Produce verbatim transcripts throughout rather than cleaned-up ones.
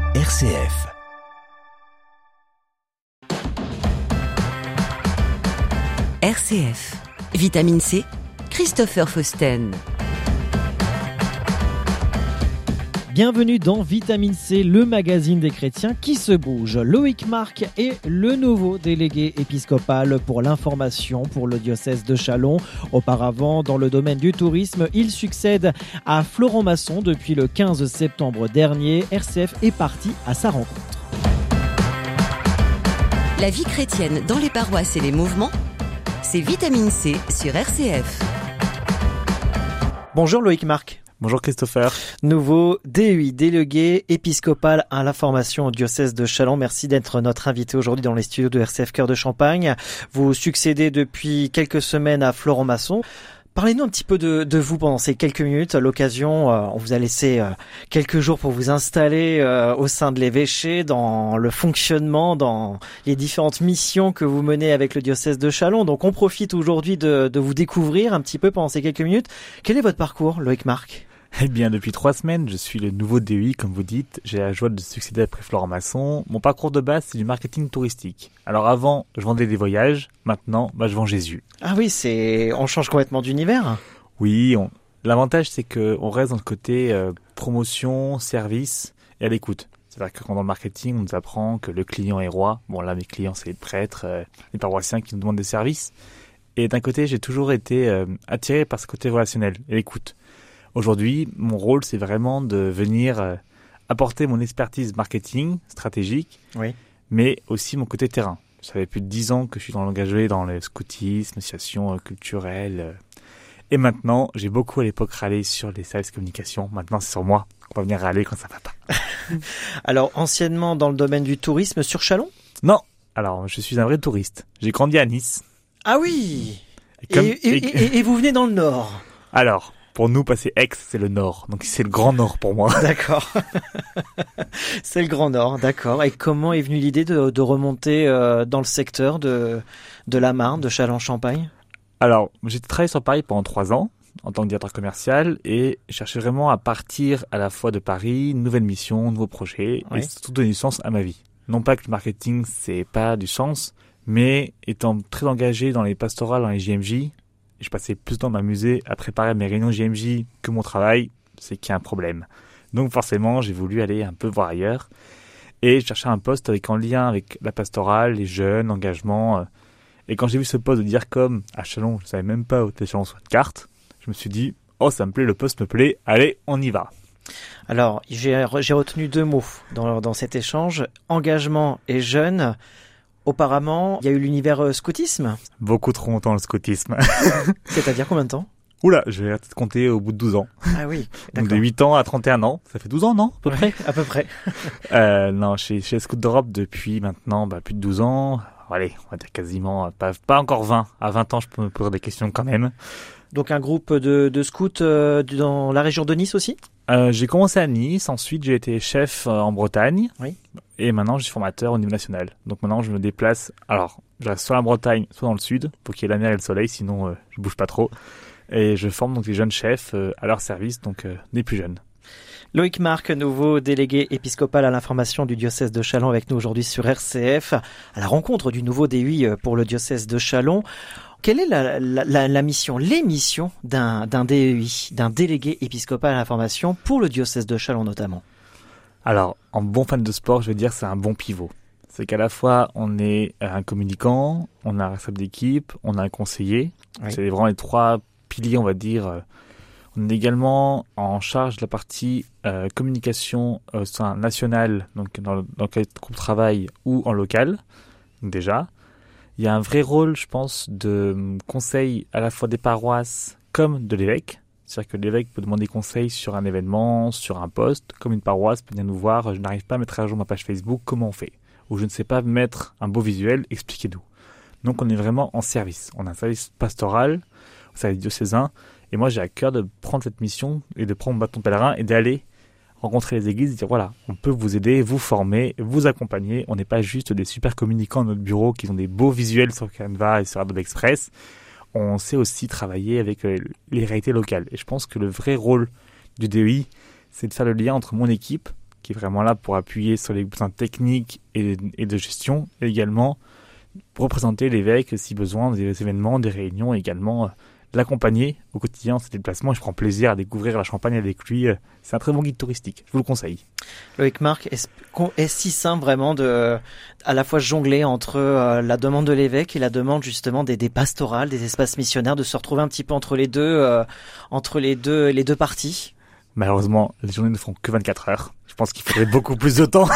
R C F. R C F. Vitamine C, Christopher Fausten. Bienvenue dans Vitamine C, le magazine des chrétiens qui se bouge. Loïc Marc est le nouveau délégué épiscopal pour l'information pour le diocèse de Châlons. Auparavant, dans le domaine du tourisme, il succède à Florent Masson depuis le quinze septembre dernier. R C F est parti à sa rencontre. La vie chrétienne dans les paroisses et les mouvements, c'est Vitamine C sur R C F. Bonjour Loïc Marc. Bonjour Christopher. Nouveau D E I, délégué épiscopal à l'information au diocèse de Châlons. Merci d'être notre invité aujourd'hui dans les studios de R C F Cœur de Champagne. Vous succédez depuis quelques semaines à Florent Masson. Parlez-nous un petit peu de, de vous pendant ces quelques minutes. À l'occasion, euh, on vous a laissé euh, quelques jours pour vous installer euh, au sein de l'évêché, dans le fonctionnement, dans les différentes missions que vous menez avec le diocèse de Châlons. Donc on profite aujourd'hui de, de vous découvrir un petit peu pendant ces quelques minutes. Quel est votre parcours, Loïc Marc ? Eh bien, depuis trois semaines, je suis le nouveau D E I, comme vous dites. J'ai la joie de succéder après Florent Masson. Mon parcours de base, c'est du marketing touristique. Alors avant, je vendais des voyages. Maintenant, bah, je vends Jésus. Ah oui, c'est, on change complètement d'univers. Oui, on... l'avantage, c'est que on reste dans le côté euh, promotion, service et à l'écoute. C'est-à-dire que quand dans le marketing, on nous apprend que le client est roi. Bon, là, mes clients, c'est les prêtres, euh, les paroissiens qui nous demandent des services. Et d'un côté, j'ai toujours été euh, attiré par ce côté relationnel et l'écoute. Aujourd'hui, mon rôle, c'est vraiment de venir euh, apporter mon expertise marketing, stratégique, oui. mais aussi mon côté terrain. Ça fait plus de dix ans que je suis dans l'engagé dans le scoutisme, association euh, culturelle. Euh, et maintenant, j'ai beaucoup à l'époque râlé sur les services communication. Maintenant, c'est sur moi qu'on va venir râler quand ça va pas. Alors, anciennement dans le domaine du tourisme sur Châlons ? Non. Alors, je suis un vrai touriste. J'ai grandi à Nice. Ah oui. Et, comme, et, et, et, et vous venez dans le Nord ? Alors... Pour nous, passer Aix, c'est le Nord. Donc, c'est le Grand Nord pour moi. D'accord. C'est le Grand Nord, d'accord. Et comment est venue l'idée de, de remonter euh, dans le secteur de, de la Marne, de Châlons-Champagne ? Alors, j'ai travaillé sur Paris pendant trois ans, en tant que directeur commercial, et je cherchais vraiment à partir à la fois de Paris, une nouvelle mission, nouveau projet, oui. Et surtout donner du sens à ma vie. Non pas que le marketing, c'est pas du sens, mais étant très engagé dans les pastorales, dans les J M J, je passais plus de temps à m'amuser à préparer mes réunions J M J que mon travail, c'est qu'il y a un problème. Donc forcément, j'ai voulu aller un peu voir ailleurs et je cherchais un poste avec en lien avec la pastorale, les jeunes, l'engagement. Et quand j'ai vu ce poste de DIRCOM à Châlons, je ne savais même pas où était Châlons sur une carte, je me suis dit « Oh, ça me plaît, le poste me plaît, allez, on y va ». Alors, j'ai, j'ai retenu deux mots dans, dans cet échange, engagement et jeunes. Auparavant, il y a eu l'univers euh, scoutisme. Beaucoup trop longtemps le scoutisme. C'est-à-dire combien de temps ? Oula, je vais arrêter de compter au bout de douze ans. Ah oui, d'accord. Donc de huit ans à trente et un ans, ça fait douze ans, non ? À peu ouais, près. À peu près. euh, non, chez, chez Scouts d'Europe depuis maintenant bah, plus de douze ans. Allez, on va dire quasiment, pas, pas encore vingt. À vingt ans, je peux me poser des questions quand même. Donc un groupe de, de scouts euh, dans la région de Nice aussi ? euh, J'ai commencé à Nice, ensuite j'ai été chef euh, en Bretagne. Oui. Et maintenant je suis formateur au niveau national. Donc maintenant je me déplace, alors je reste soit la Bretagne, soit dans le sud, pour qu'il y ait la mer et le soleil, sinon euh, je bouge pas trop. Et je forme donc les jeunes chefs euh, à leur service, donc euh, des plus jeunes. Loïc Marc, nouveau délégué épiscopal à l'information du diocèse de Châlons avec nous aujourd'hui sur R C F, à la rencontre du nouveau D E I pour le diocèse de Châlons. Quelle est la, la, la, la mission, les missions d'un, d'un D E I, d'un délégué épiscopal à l'information pour le diocèse de Châlons notamment ? Alors, en bon fan de sport, je veux dire c'est un bon pivot. C'est qu'à la fois, on est un communicant, on a un responsable d'équipe, on a un conseiller. Oui. C'est vraiment les trois piliers, on va dire. On est également en charge de la partie euh, communication au sein national, donc dans le, dans le groupe de travail ou en local, déjà. Il y a un vrai rôle, je pense, de conseil à la fois des paroisses comme de l'évêque. C'est-à-dire que l'évêque peut demander conseil sur un événement, sur un poste, comme une paroisse peut venir nous voir, je n'arrive pas à mettre à jour ma page Facebook, comment on fait ? Ou je ne sais pas mettre un beau visuel, expliquez-nous. Donc on est vraiment en service. On a un service pastoral, un service diocésain, et moi j'ai à cœur de prendre cette mission et de prendre mon bâton pèlerin et d'aller rencontrer les églises et dire voilà, on peut vous aider, vous former, vous accompagner. On n'est pas juste des super communicants dans notre bureau qui ont des beaux visuels sur Canva et sur Adobe Express. On sait aussi travailler avec les réalités locales. Et je pense que le vrai rôle du D E I, c'est de faire le lien entre mon équipe qui est vraiment là pour appuyer sur les besoins techniques et, et de gestion, et également représenter l'évêque si besoin des événements, des réunions, et également euh, l'accompagner au quotidien dans ses déplacements. Je prends plaisir à découvrir la Champagne avec lui. C'est un très bon guide touristique, je vous le conseille. Loïc Marc, est-ce, est-ce si simple vraiment de à la fois jongler entre euh, la demande de l'évêque et la demande justement des, des pastorales, des espaces missionnaires, de se retrouver un petit peu entre les deux, euh, entre les deux, les deux parties? Malheureusement, les journées ne font que vingt-quatre heures. Je pense qu'il faudrait beaucoup plus de temps.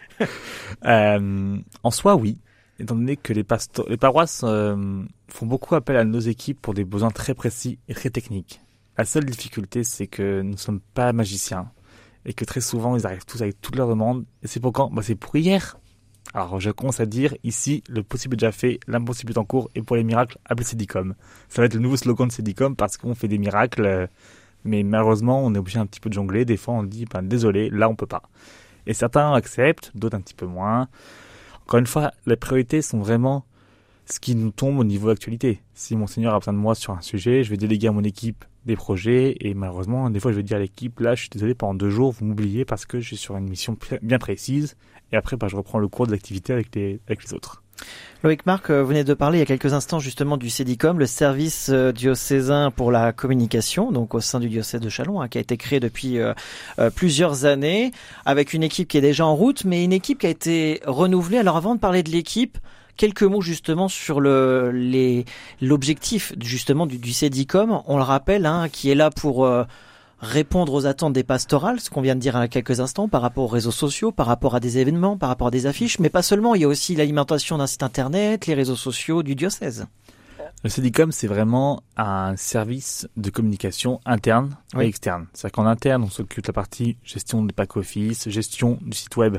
euh, en soi, oui. Étant donné que les, pasto- les paroisses euh, font beaucoup appel à nos équipes pour des besoins très précis et très techniques. La seule difficulté, c'est que nous ne sommes pas magiciens et que très souvent, ils arrivent tous avec toutes leurs demandes. Et c'est pour quand? Bah, c'est pour hier. Alors, je commence à dire ici, le possible est déjà fait, l'impossible est en cours, et pour les miracles, appelez Cédicom. Ça va être le nouveau slogan de Cédicom parce qu'on fait des miracles, euh, mais malheureusement, on est obligé un petit peu de jongler. Des fois, on dit, ben, désolé, là, on peut pas. Et certains acceptent, d'autres un petit peu moins. Encore une fois, les priorités sont vraiment ce qui nous tombe au niveau actualité. Si Monseigneur a besoin de moi sur un sujet, je vais déléguer à mon équipe des projets et malheureusement, des fois, je vais dire à l'équipe, là, je suis désolé, pendant deux jours, vous m'oubliez parce que je suis sur une mission bien précise et après, bah, je reprends le cours de l'activité avec les, avec les autres. Loïc Marc, vous venez de parler il y a quelques instants justement du Cédicom, le service diocésain pour la communication, donc au sein du diocèse de Châlons, hein, qui a été créé depuis euh, euh, plusieurs années, avec une équipe qui est déjà en route, mais une équipe qui a été renouvelée. Alors avant de parler de l'équipe, quelques mots justement sur le, les, l'objectif justement du, du Cédicom, on le rappelle, hein, qui est là pour... Euh, répondre aux attentes des pastorales, ce qu'on vient de dire il y a quelques instants, par rapport aux réseaux sociaux, par rapport à des événements, par rapport à des affiches, mais pas seulement, il y a aussi l'alimentation d'un site internet, les réseaux sociaux du diocèse. Le Cédicom, c'est vraiment un service de communication interne oui. et externe. C'est-à-dire qu'en interne, on s'occupe de la partie gestion des pack-office, gestion du site web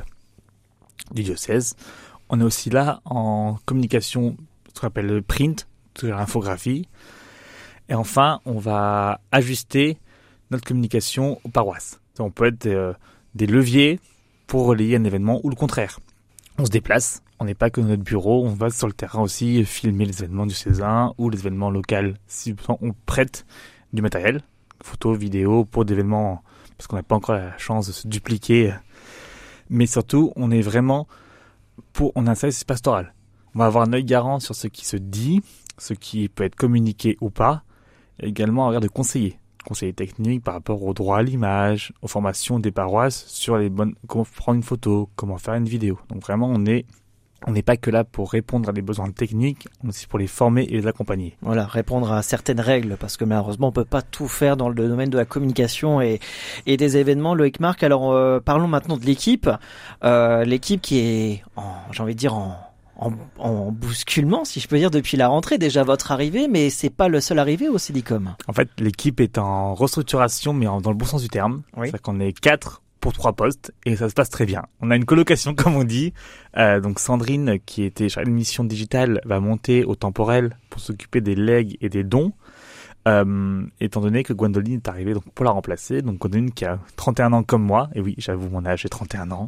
du diocèse. On est aussi là en communication, ce qu'on appelle le print, l'infographie. Et enfin, on va ajuster notre communication aux paroisses. On peut être euh, des leviers pour relayer un événement ou le contraire. On se déplace, on n'est pas que dans notre bureau, on va sur le terrain aussi filmer les événements du diocésain ou les événements locaux. Si on prête du matériel, photos, vidéos, pour des événements, parce qu'on n'a pas encore la chance de se dupliquer. Mais surtout, on est vraiment pour, on a un service pastoral. On va avoir un œil garant sur ce qui se dit, ce qui peut être communiqué ou pas, et également un regard de conseiller. Conseiller technique par rapport au droit à l'image, aux formations des paroisses sur les bonnes, comment prendre une photo, comment faire une vidéo. Donc vraiment, on est, on n'est pas que là pour répondre à des besoins techniques, on est aussi pour les former et les accompagner. Voilà, répondre à certaines règles, parce que malheureusement, on peut pas tout faire dans le domaine de la communication et, et des événements. Loïc Marc, alors euh, parlons maintenant de l'équipe, euh, l'équipe qui est, en, j'ai envie de dire en En, en bousculement, si je peux dire, depuis la rentrée, déjà votre arrivée, mais c'est pas le seul arrivé au Cédicom. En fait, l'équipe est en restructuration, mais en, dans le bon sens du terme. Oui. C'est-à-dire qu'on est quatre pour trois postes, et ça se passe très bien. On a une colocation, comme on dit. Euh, donc Sandrine, qui était chargée de mission digitale, va monter au temporel pour s'occuper des legs et des dons. Euh, étant donné que Gwendoline est arrivée donc, pour la remplacer. Donc Gwendoline qui a trente et un ans comme moi, et oui, j'avoue mon âge, j'ai trente et un ans.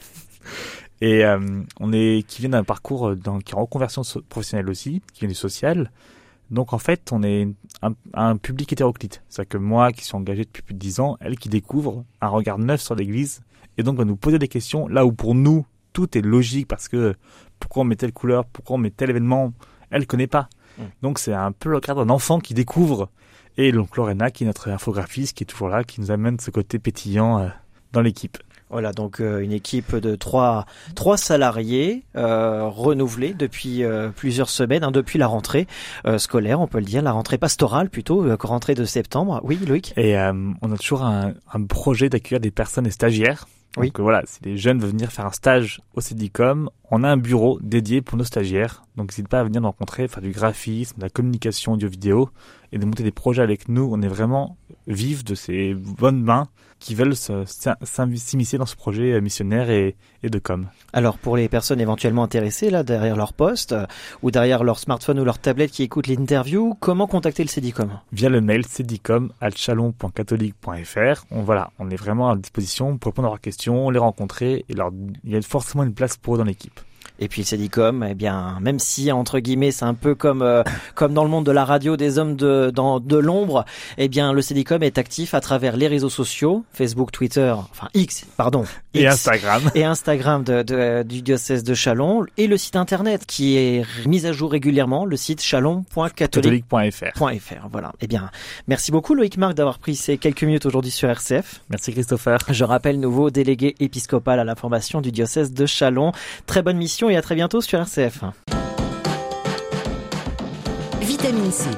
Et euh, on est qui vient d'un parcours dans, qui est en reconversion so- professionnelle aussi, qui vient du social. Donc en fait, on est un, un public hétéroclite. C'est-à-dire que moi, qui suis engagé depuis plus de dix ans, elle qui découvre un regard neuf sur l'Église, et donc va nous poser des questions là où pour nous tout est logique parce que pourquoi on met telle couleur, pourquoi on met tel événement, elle connaît pas. Mmh. Donc c'est un peu le regard d'un enfant qui découvre. Et donc Lorena, qui est notre infographiste, qui est toujours là, qui nous amène ce côté pétillant euh, dans l'équipe. Voilà, donc euh, une équipe de trois trois salariés euh, renouvelés depuis euh, plusieurs semaines, hein, depuis la rentrée euh, scolaire, on peut le dire, la rentrée pastorale plutôt, euh, rentrée de septembre. Oui, Loïc. Et euh, on a toujours un, un projet d'accueillir des personnes, des stagiaires. Oui. Donc euh, voilà, si les jeunes veulent venir faire un stage au Cédicom, on a un bureau dédié pour nos stagiaires. Donc n'hésitez pas à venir nous rencontrer, faire du graphisme, de la communication audio-vidéo et de monter des projets avec nous. On est vraiment vifs de ces bonnes mains qui veulent se, s'immiscer dans ce projet missionnaire et, et de com. Alors pour les personnes éventuellement intéressées là derrière leur poste euh, ou derrière leur smartphone ou leur tablette qui écoutent l'interview, comment contacter le Cédicom ? Via le mail cédicom arobase chalon point catholique point f r. On voilà, on est vraiment à disposition pour répondre à leurs questions, les rencontrer et leur il y a forcément une place pour eux dans l'équipe. Et puis le Cédicom, eh bien, même si entre guillemets c'est un peu comme euh, comme dans le monde de la radio des hommes de dans de l'ombre, eh bien le Cédicom est actif à travers les réseaux sociaux, Facebook, Twitter, enfin X, pardon, X, et Instagram, et Instagram de, de du diocèse de Châlons, et le site internet qui est mis à jour régulièrement, le site chalon point catholique point f r. Voilà. Eh bien, merci beaucoup Loïc Marc d'avoir pris ces quelques minutes aujourd'hui sur R C F. Merci Christopher. Je rappelle, nouveau délégué épiscopal à la formation du diocèse de Châlons. Très bonne mission et à très bientôt sur R C F. Vitamine C.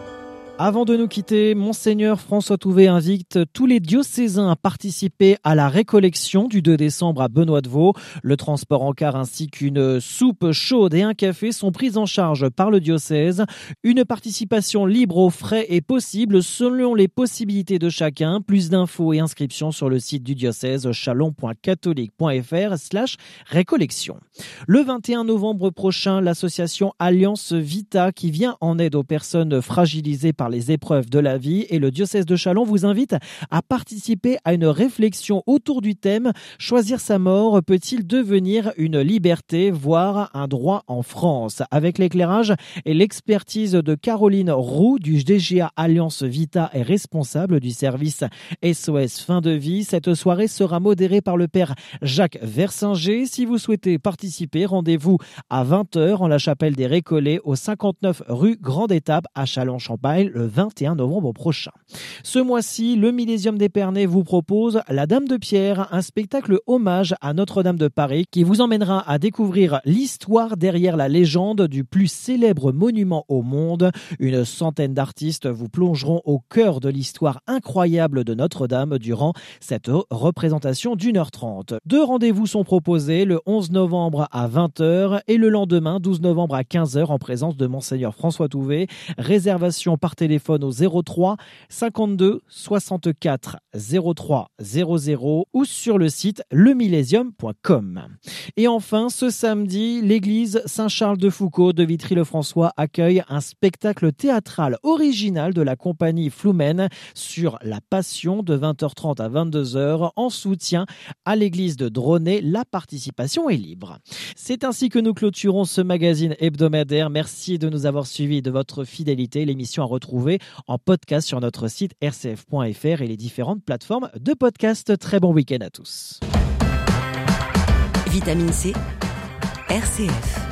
Avant de nous quitter, Monseigneur François Touvet invite tous les diocésains à participer à la récollection du deux décembre à Benoît-de-Vaux. Le transport en car ainsi qu'une soupe chaude et un café sont pris en charge par le diocèse. Une participation libre aux frais est possible selon les possibilités de chacun. Plus d'infos et inscriptions sur le site du diocèse chalon point catholique point f r slash récollection. Le vingt et un novembre prochain, l'association Alliance Vita, qui vient en aide aux personnes fragilisées par les épreuves de la vie, et le diocèse de Châlons vous invite à participer à une réflexion autour du thème « Choisir sa mort peut-il devenir une liberté, voire un droit en France ?» Avec l'éclairage et l'expertise de Caroline Roux du D G A Alliance Vita et responsable du service S O S Fin de Vie. Cette soirée sera modérée par le père Jacques Versinger. Si vous souhaitez participer, rendez-vous à vingt heures en la chapelle des Récollets au cinquante-neuf rue Grande Étape à Châlons-Champagne le vingt et un novembre prochain. Ce mois-ci, le Millésium d'Épernay vous propose La Dame de Pierre, un spectacle hommage à Notre-Dame de Paris qui vous emmènera à découvrir l'histoire derrière la légende du plus célèbre monument au monde. Une centaine d'artistes vous plongeront au cœur de l'histoire incroyable de Notre-Dame durant cette représentation d'une heure trente. Deux rendez-vous sont proposés, le onze novembre à vingt heures et le lendemain douze novembre à quinze heures en présence de Monseigneur François Touvet. Réservation par téléphone au zéro trois cinquante-deux soixante-quatre zéro trois zéro zéro ou sur le site le millésium point com. Et enfin, ce samedi, l'église Saint-Charles de Foucauld de Vitry-le-François accueille un spectacle théâtral original de la compagnie Flumen sur la Passion de vingt heures trente à vingt-deux heures en soutien à l'église de Dronay. La participation est libre. C'est ainsi que nous clôturons ce magazine hebdomadaire. Merci de nous avoir suivis, de votre fidélité. L'émission à retrouver en podcast sur notre site r c f point f r et les différentes plateformes de podcast. Très bon week-end à tous. Vitamine C, R C F.